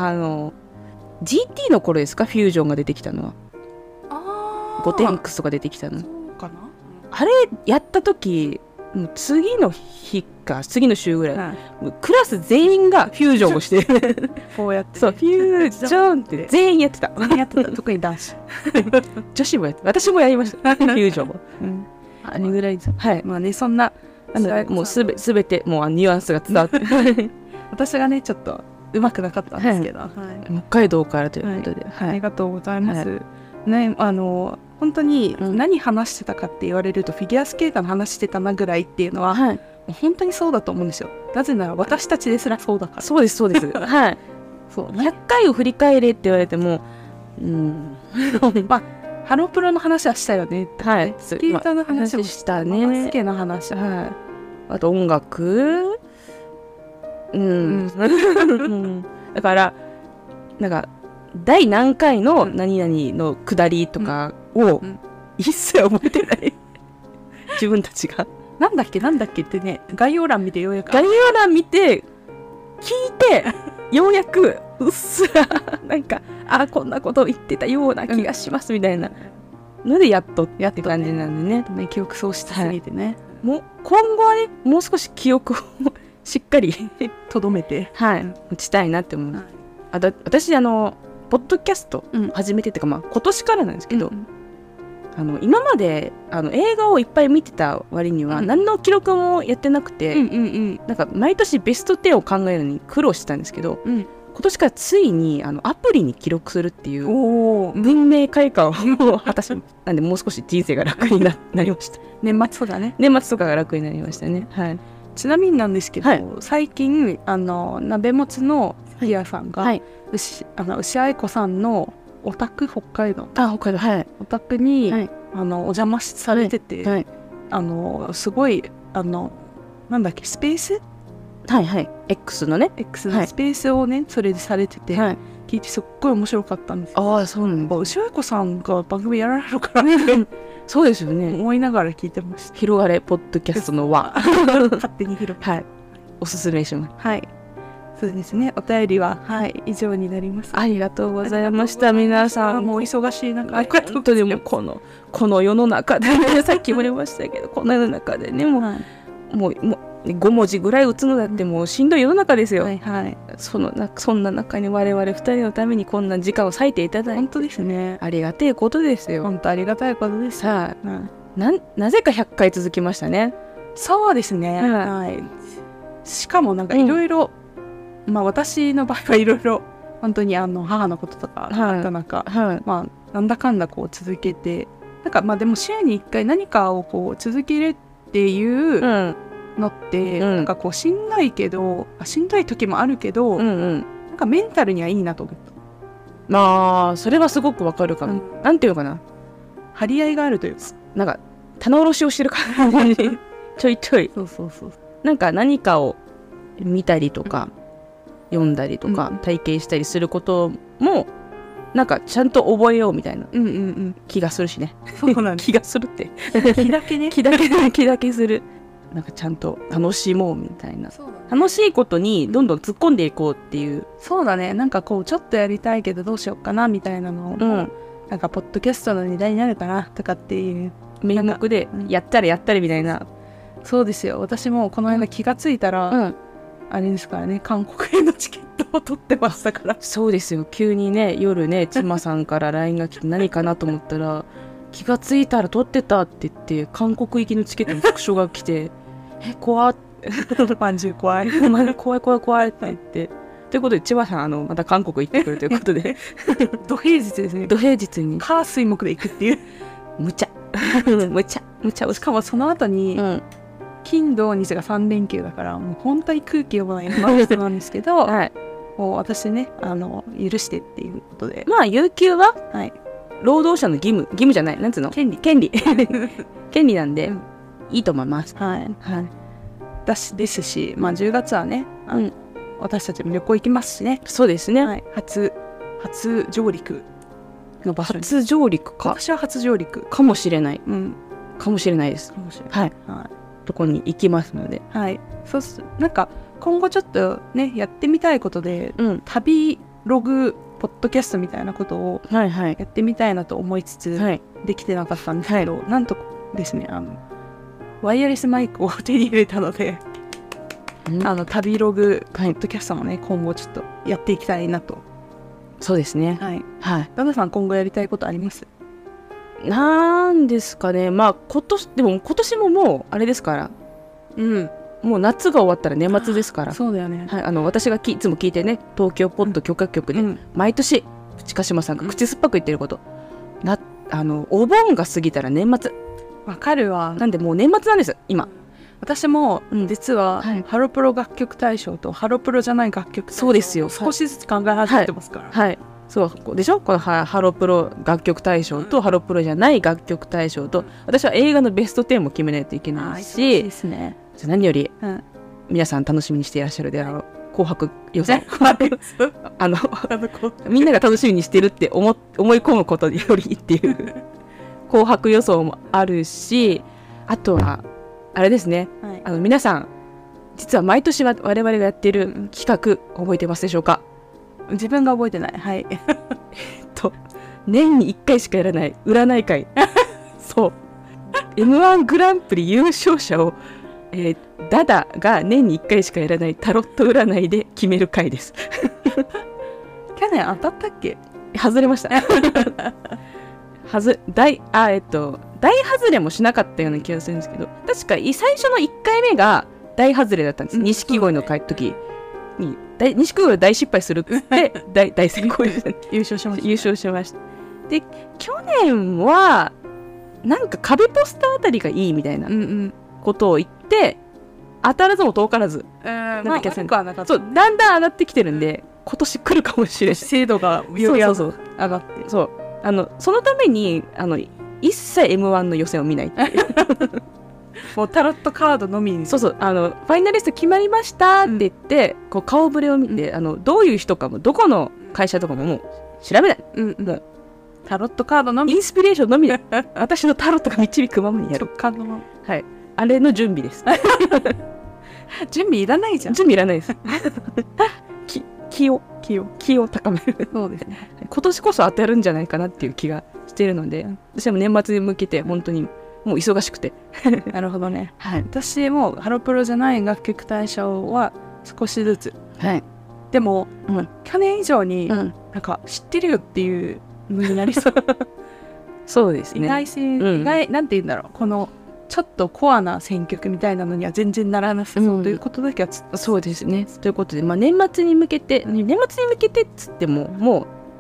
S2: GT の頃ですか、フュージョンが出てきたのは。ゴテンクスとか出てきたの。
S1: そうかな
S2: あれやった時もう次の日か次の週ぐらい、
S1: はい
S2: もうクラス全員がフュージョンをして
S1: こうやってね
S2: そうフュージョンって全員やってた。
S1: やってた特に男子
S2: 女子もやって私もやりましたフュージョンを。
S1: うん
S2: あれぐらいです。はい。
S1: まあねそんな
S2: もうすべてもうニュアンスが伝わって
S1: 私がねちょっとうまくなかったんですけど、はい
S2: 北海道からということで、
S1: ありがとうございます。
S2: は
S1: ね、本当に
S2: うん
S1: 何話してたかって言われると、フィギュアスケーターの話してたなぐらいっていうのは、
S2: はい、
S1: もう本当にそうだと思うんですよ。なぜなら私たちですらそうだから。
S2: そうですそうですはい
S1: そう
S2: 100回を振り返れって言われても
S1: まあハロプロの話はしたよねって、
S2: はい
S1: スケーターの話も
S2: した
S1: バス
S2: ね。
S1: ケの話、
S2: はい。あと音楽うんだからなんか第何回の何々の下りとかを
S1: うん
S2: 一切覚えてない自分たちが
S1: なんだっけってね、概要欄見てようやく
S2: 概要欄見て聞いてようやくうっすらなんかこんなことを言ってたような気がしますみたいなのでやっとって感じなんでね、
S1: ね、記憶喪失すぎてね、
S2: もう今後はねもう少し記憶をしっかり
S1: とどめて、
S2: はい持ちたいなって思う、
S1: はい
S2: 私ポッドキャスト
S1: うん
S2: 始めてっていうか、まあ、今年からなんですけど、
S1: うん
S2: 今まで映画をいっぱい見てた割には、
S1: うん
S2: 何の記録もやってなくて、なんか毎年ベスト10を考えるのに苦労してたんですけど、
S1: うん
S2: 今年からついにアプリに記録するっていう
S1: おお、
S2: 文明開化を果たしなんでもう少し人生が楽になりました
S1: 年末がね。
S2: 年末とかが楽になりましたね。はい
S1: ちなみになんですけど、
S2: はい
S1: 最近鍋もつのフィギュアさんが、
S2: はい
S1: 牛愛子さんのお宅北海道
S2: 北海道はい
S1: お宅に、
S2: はい
S1: お邪魔されてて、
S2: はい
S1: すごいなんだっけスペース
S2: はいはい X のね
S1: X
S2: はい
S1: のスペースをね、それでされてて、
S2: はい
S1: 聞いてすっごい面白かったんですよ。
S2: ああそうなんだ
S1: 牛愛子さんが番組やられるからね
S2: そうですよね
S1: 思いながら聞いてました。
S2: 広がれポッドキャストの輪
S1: 勝手に広く
S2: はいおすすめします。
S1: はい、そうですね。お便りは以上になります。
S2: ありがとうございました皆さん。
S1: もう忙しい中、
S2: 本当にもうこの世の中でねさっきも言いましたけどこの世の中でねもう5文字ぐらい打つのだってもうしんどい世の中ですよ。
S1: はいはい。
S2: そんな中に我々2人のためにこんな時間を割いていただいて
S1: 本当ですね。
S2: ありがてえことですよ。
S1: 本当ありがたいことです。
S2: さあ
S1: うん
S2: なぜか100回続きましたね。
S1: そうですね。
S2: うん
S1: はい。しかもなんかいろいろ、まあ私の場合はいろいろ本当に母のこととかあった中、
S2: はい
S1: まあなんだかんだこう続けてなんかまあでも週に1回何かをこう続けるっていう
S2: うん
S1: のって、
S2: うん
S1: なんかこうしんどいけど、しんどい時もあるけど、
S2: うんうん。
S1: なんかメンタルにはいいなと思った。
S2: まあそれはすごくわかるかも。なんていうのかな、
S1: 張り合いがあるというか。
S2: なんか棚卸しをしてる感じちょいちょい
S1: そうそうそう。
S2: なんか何かを見たりとか、読んだりとか、
S1: うん
S2: 体験したりすることもなんかちゃんと覚えようみたいな
S1: うんうんうん。
S2: 気がするしね。
S1: そうなんです。
S2: 気がするって
S1: 気だけね。
S2: 気だけする。なんかちゃんと楽しもうみたいな、
S1: そうだね。
S2: 楽しいことにどんどん突っ込んでいこうっていう。
S1: そうだね。なんかこうちょっとやりたいけどどうしようかなみたいなのを、
S2: うん
S1: なんかポッドキャストの荷台になるかなとかっていう。
S2: 名目で
S1: うん
S2: やったらやったりみたいな。
S1: そうですよ。私もこの間気がついたら、
S2: うん
S1: あれですからね、韓国へのチケットを取ってましたから。
S2: そうですよ。急にね夜ね妻さんから LINE が来て何かなと思ったら気がついたら取ってたって言って韓国行きのチケットのスクショが来て怖っ
S1: まんじゅう怖い。
S2: まだ怖い怖い怖いって言ってということで千葉さんまた韓国行ってくるということで
S1: 土平日ですね。
S2: 土平日に
S1: 火水木で行くっていう。
S2: むちゃむちゃ
S1: しかもその後に、
S2: うん
S1: 金土日が3連休だからもう本当に空気読まないの人なんですけど
S2: はい。
S1: もう私ね許してっていうことで、
S2: まあ有給は
S1: はい、
S2: 労働者の義務じゃない、なんつうの、権利権利なんで、
S1: うん
S2: いいと思います。
S1: はい
S2: はい。
S1: ですし、まあ、10月はね
S2: うん
S1: 私たちも旅行行きますしね、
S2: そうですね。
S1: はい、初上陸の場所に
S2: 初上陸か
S1: 私は初上陸
S2: かもしれない
S1: うん
S2: かもしれないです。
S1: かもしれ
S2: はい。
S1: ない、はい
S2: とこに行きますので。
S1: はい、そうすなんか今後ちょっとねやってみたいことで
S2: うん。
S1: 旅ログポッドキャストみたいなことを
S2: はいはい。
S1: やってみたいなと思いつつ、
S2: はい。
S1: できてなかったんですけど、なんとですねワイヤレスマイクを手に入れたので旅ログポッドキャストもね今後ちょっとやっていきたいなと。
S2: そうですね。
S1: はい、
S2: はい。
S1: 旦那さん今後やりたいことあります？
S2: なんですかね。まあ今年ももうあれですから。
S1: うん、
S2: もう夏が終わったら年末ですから。
S1: そうだよね。
S2: はい。私がいつも聞いてね、東京ポッド許可局で、
S1: うん、
S2: 毎年近島さんが口酸っぱく言ってること、お盆が過ぎたら年末
S1: わかるわ。
S2: なんでもう年末なんです今。
S1: 私も
S2: うん
S1: 実は、
S2: はい
S1: ハロプロ楽曲大賞とハロプロじゃない楽曲大賞
S2: そうですよ
S1: 少しずつ考え始めてますから、
S2: はい。そうでしょ、このハロプロ楽曲大賞とハロプロじゃない楽曲大賞と、私は映画のベスト10も決めないといけないし、
S1: ですね。
S2: じゃあ何より
S1: うん、
S2: 皆さん楽しみにしていらっしゃるであろう紅白予想
S1: こ
S2: みんなが楽しみにしてるって思い込むことよりっていう紅白予想もあるし、あとはあれですね、
S1: う、はい、
S2: 皆さん実は毎年我々がやっている企画覚えてますでしょうか？
S1: 自分が覚えてない。はい。
S2: 年に1回しかやらない占い会そう M1 グランプリ優勝者を、ダダが年に1回しかやらないタロット占いで決める会です。
S1: 去年当たったっけ？
S2: 外れました大外れもしなかったような気がするんですけど、確か最初の1回目が大外れだったんです。
S1: うん
S2: 錦鯉の会の時に錦鯉が大失敗するっつって大成功で
S1: 優勝しました。
S2: 優勝しました。で去年はなんか壁ポスターあたりがいいみたいな
S1: うんうん。
S2: ことを言って当たらずも遠からず、
S1: まあ
S2: なんだっけ
S1: 悪くはなかった。
S2: そうだんだん上がってきてるんで、今年来るかもしれない。
S1: 精度がより
S2: そう
S1: 上
S2: そう
S1: がって。
S2: そうそのために一切 M1 の予選を見ないっていう
S1: もうタロットカードのみに。
S2: そうファイナリスト決まりましたって言って、こう顔ぶれを見て、どういう人かもどこの会社とかももう調べない、
S1: うんうん。
S2: もう
S1: タロットカードのみ。
S2: インスピレーションのみで私のタロットが導くままにやる、
S1: 直感の
S2: はい、あれの準備です
S1: 準備いらないじゃん。
S2: 準備いらないです気を高める
S1: そうですね。
S2: 今年こそ当たるんじゃないかなっていう気がしているので、私はもう年末に向けて本当にもう忙しくて
S1: なるほどね。
S2: はい
S1: 私もハロプロじゃない楽曲大賞は少しずつ。
S2: はい
S1: でも、
S2: うん
S1: 去年以上に、
S2: うん
S1: なんか知ってるよっていうのになりそう。
S2: そうです
S1: 意
S2: ね
S1: 外性、
S2: うん
S1: 意外なんて言うんだろう。このちょっとコアな選曲みたいなのには全然ならなさそうということだけは
S2: そうですね。ということで、年末に向けてっつってももう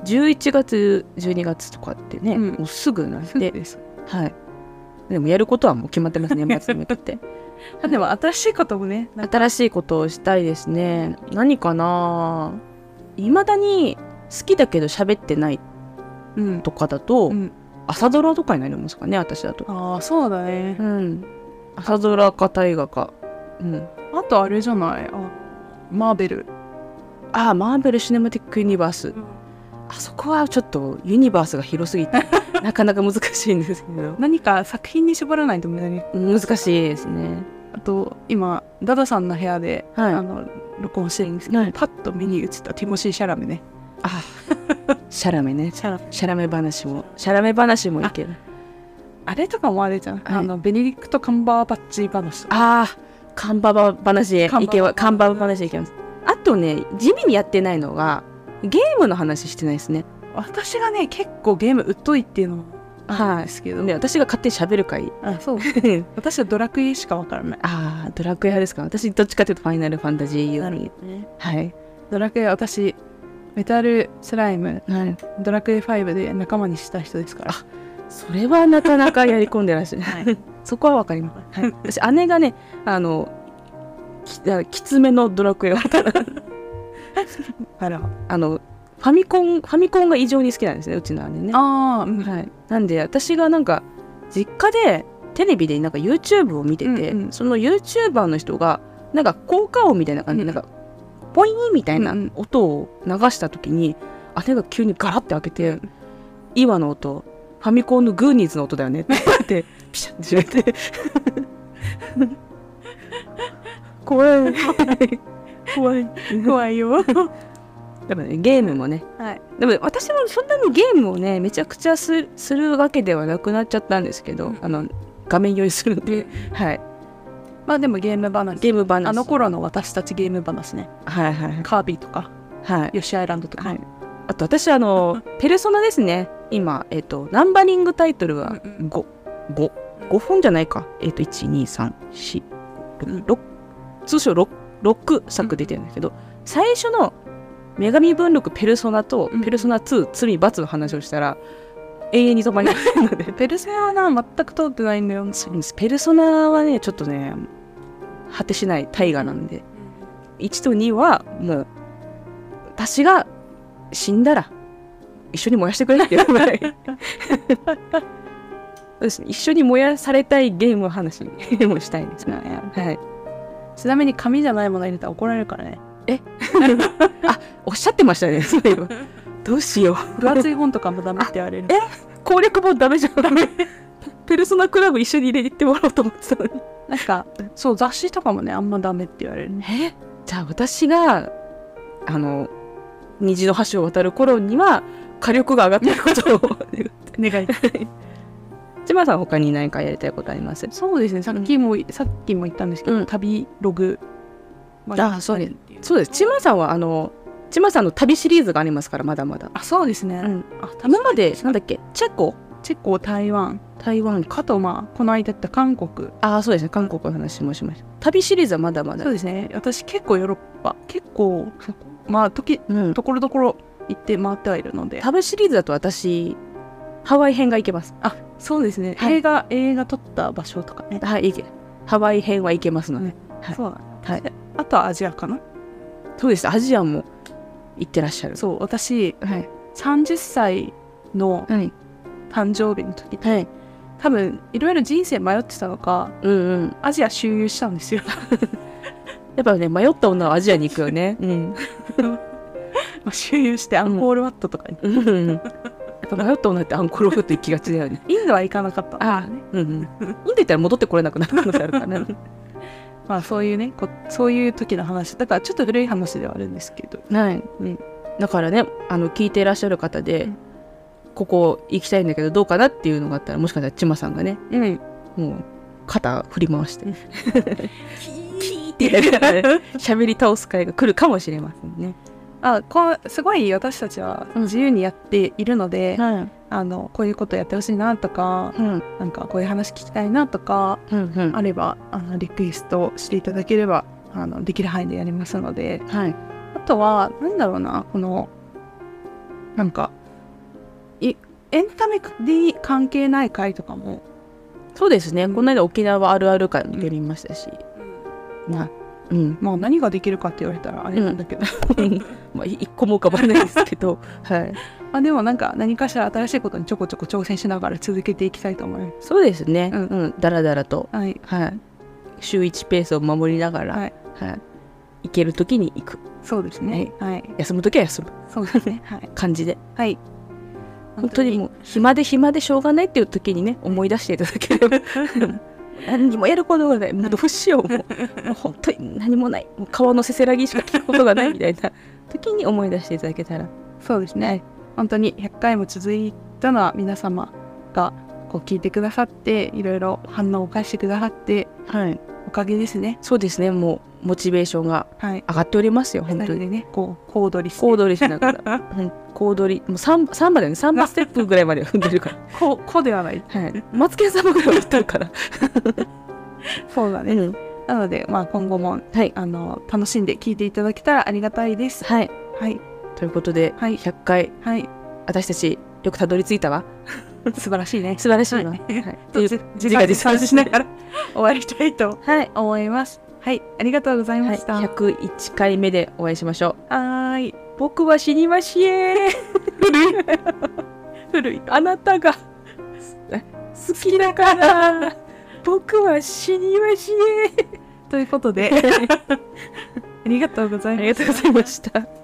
S2: 11月12月とかってね、
S1: うん
S2: もうすぐなんで、
S1: そうです。
S2: はい。でもやることはもう決まってますね、年末に向けて。
S1: あ、でも新しいこともね、なんか
S2: 新しいことをしたいですね。何かないまだに好きだけど喋ってない
S1: うん
S2: とかだと、
S1: うん、
S2: 朝ドラとかになりますかね、私だと。
S1: ああそうだね。
S2: うん。朝ドラか大河か。うん。
S1: あとあれじゃない、マーベル。
S2: ああ、マーベル・シネマティック・ユニバース。あそこはちょっとユニバースが広すぎてなかなか難しいんですけど。
S1: 何か作品に絞らないとね。
S2: 難しいですね。
S1: あと今ダダさんの部屋で、
S2: はい。
S1: 録音してるんですけど、
S2: はい
S1: パッと目に映ったティモシー・シャラメね。
S2: あ、シャラメね。
S1: シャラメ
S2: シャラメ話もいいけど。
S1: あれとかもあれじゃん、
S2: はい
S1: ベネディクト・カンバーバッチ話とか。
S2: ああ、カンババ話
S1: カンバ
S2: いけば、カンババ話いけます。あとね、地味にやってないのが、ゲームの話してないですね。
S1: 私がね結構ゲーム疎いっていうのもあるんですけど、
S2: で、私が勝手に喋る回。
S1: あそう私はドラクエしかわからない。
S2: ああ、ドラクエ派ですか。私、どっちかというと、ファイナルファンタジーより。
S1: ね、
S2: はい。
S1: ドラクエ私メタルスライム
S2: はい。
S1: ドラクエ5で仲間にした人ですから。
S2: それはなかなかやり込んでらっしゃる。
S1: はい
S2: そこはわかります。はい。私、姉がね、きつめのドラクエを、
S1: あら
S2: ファミコンが異常に好きなんですね、うちの姉ね。
S1: あ、うん
S2: はい。なんで、私がなんか、実家で、テレビでなんか YouTube を見てて、
S1: うんうん
S2: その YouTuber の人が、なんか効果音みたいな感じで、
S1: うん
S2: なんか、ポイーンみたいな
S1: うんうん
S2: 音を流した時に、姉が急にガラッて開けて、今の音、ファミコンのグーニーズの音だよねって言ってピシャッて閉めて怖い
S1: 怖いよ。
S2: でもね、ゲームもね、
S1: はい。
S2: でも私もそんなにゲームをねめちゃくちゃするわけではなくなっちゃったんですけど、画面用意するので、はい、
S1: まあでもゲーム話。
S2: ゲーム話、
S1: あの頃の私たちゲーム話ね。
S2: はいはい
S1: カービィとか
S2: はい
S1: ヨシアイランドとか。
S2: はい。あと私ペルソナですね。今ナンバリングタイトルは
S1: うんうん
S2: 5本じゃないか。1、2、3、4、6、通称6作出てるんですけど、最初の女神文録ペルソナと
S1: うん
S2: ペルソナ2罪罰の話をしたら永遠に止まりませんので
S1: ペルソナはな全く通ってないんだよ。
S2: そうです。ペルソナはねちょっとね果てしない大河なんで、1と2はもう私が死んだら一緒に燃やしてくれっていうぐらいそうですね、一緒に燃やされたいゲームの話もしたいですね。はい。
S1: ちなみに紙じゃないもの入れたら怒られるからね。
S2: あ、おっしゃってましたね。そういえば。どうしよう。
S1: 分厚い本とかもダメって言われる。
S2: 攻略本ダメじゃん。ダメ。ペルソナクラブ一緒に入れてもらおうと思ってたのに。
S1: なんかそう雑誌とかもねあんまダメって言われるね。
S2: じゃあ私が虹の橋を渡る頃には火力が上がっていることを
S1: 願い。
S2: 千葉さん他に何かやりたいことあります？
S1: そうですね。さっきも言ったんですけど、
S2: うん
S1: 旅ログ。
S2: あ、そうです。そうです。千葉さんは千葉さんの旅シリーズがありますからまだまだ。
S1: あ、そうですね。
S2: 今までなんだっけ、チェコ、
S1: 台湾
S2: か
S1: とこの間言った韓国。
S2: そうですね、韓国の話もしました。旅シリーズはまだまだ。
S1: そうですね。私結構ヨーロッパところどころ行って回ってはいるので。
S2: 旅シリーズだと私ハワイ編が行けます。
S1: あ、そうですね。
S2: はい、
S1: 映画撮った場所とかね。
S2: はい、ハワイ編は行けますので。
S1: はい、そう
S2: はい。
S1: あとはアジアかな。
S2: そうです。アジアも行ってらっしゃる。
S1: そう、私、
S2: はい、
S1: 30歳の誕生日の時に、はい、多分いろいろ人生迷ってたのか、アジア周遊したんですよ。
S2: やっぱね、迷った女はアジアに行くよね。
S1: 周遊してアンコールワットとかに。
S2: やっぱ迷った女ってアンコールワット行きがちだよね。
S1: インドは行かなかったんだよね。
S2: インド行ったら戻ってこれなくなる可能性あるからね。
S1: まあそういうね、そういう時の話だからちょっと古い話ではあるんですけど、
S2: はい、だからね聞いていらっしゃる方で、ここ行きたいんだけどどうかなっていうのがあったらもしかしたら千葉さんがね、もう肩振り回してキーってやりながら喋り倒す会が来るかもしれませんね。
S1: すごい私たちは自由にやっているので、こういうことやってほしいなとか、なんかこういう話聞きたいなとか、あればリクエストしていただければできる範囲でやりますので、あとはなんだろうな、このなんかエンタメに関係ない回とかも、
S2: そうですね、この間沖縄あるある会もやりましたし、まあ
S1: まあ何ができるかって言われたらあれなんだけど、
S2: まあ一個も浮かばないですけどはい
S1: まあでもなんか何かしら新しいことにちょこちょこ挑戦しながら続けていきたいと思います。
S2: そうですね、だらだらと、
S1: はい
S2: 週1ペースを守りながら、行ける時に行く、
S1: そうですね、
S2: 休む時は休む、
S1: そうですね、
S2: 感じで、
S1: 本
S2: 本当にもう暇でしょうがないっていう時にね思い出していただければ何にもやることがない、もうどうしよう、もう本当に何もない、もう川のせせらぎしか聞くことがないみたいな時に思い出していただけたら、
S1: そうですね、本当に100回も続いたのは皆様がこう聞いてくださって、いろいろ反応を返してくださって、おかげですね。
S2: そうですね、もうモチベーションが上がっておりますよ、本当に
S1: ね、こう小躍りして
S2: 小躍りしながら小躍りもうサンバだよね、サンバステップぐらいまで踏んでるから
S1: こではない、
S2: マツケンサンバぐらいは踏んでるから
S1: そうだね、なのでまあ今後も、楽しんで聞いていただけたらありがたいです。
S2: ということで、100回、私たちよくたどり着いたわ
S1: 素晴らしいね、
S2: 素晴らしいわ、
S1: 自画自賛しながら終わりたいと思います。ありがとうございました。
S2: 101回目でお会いしましょう。僕は死にましえ古いあなたが好きだから僕は死にましえ
S1: ということでありがとうございました。
S2: ありがとうございました。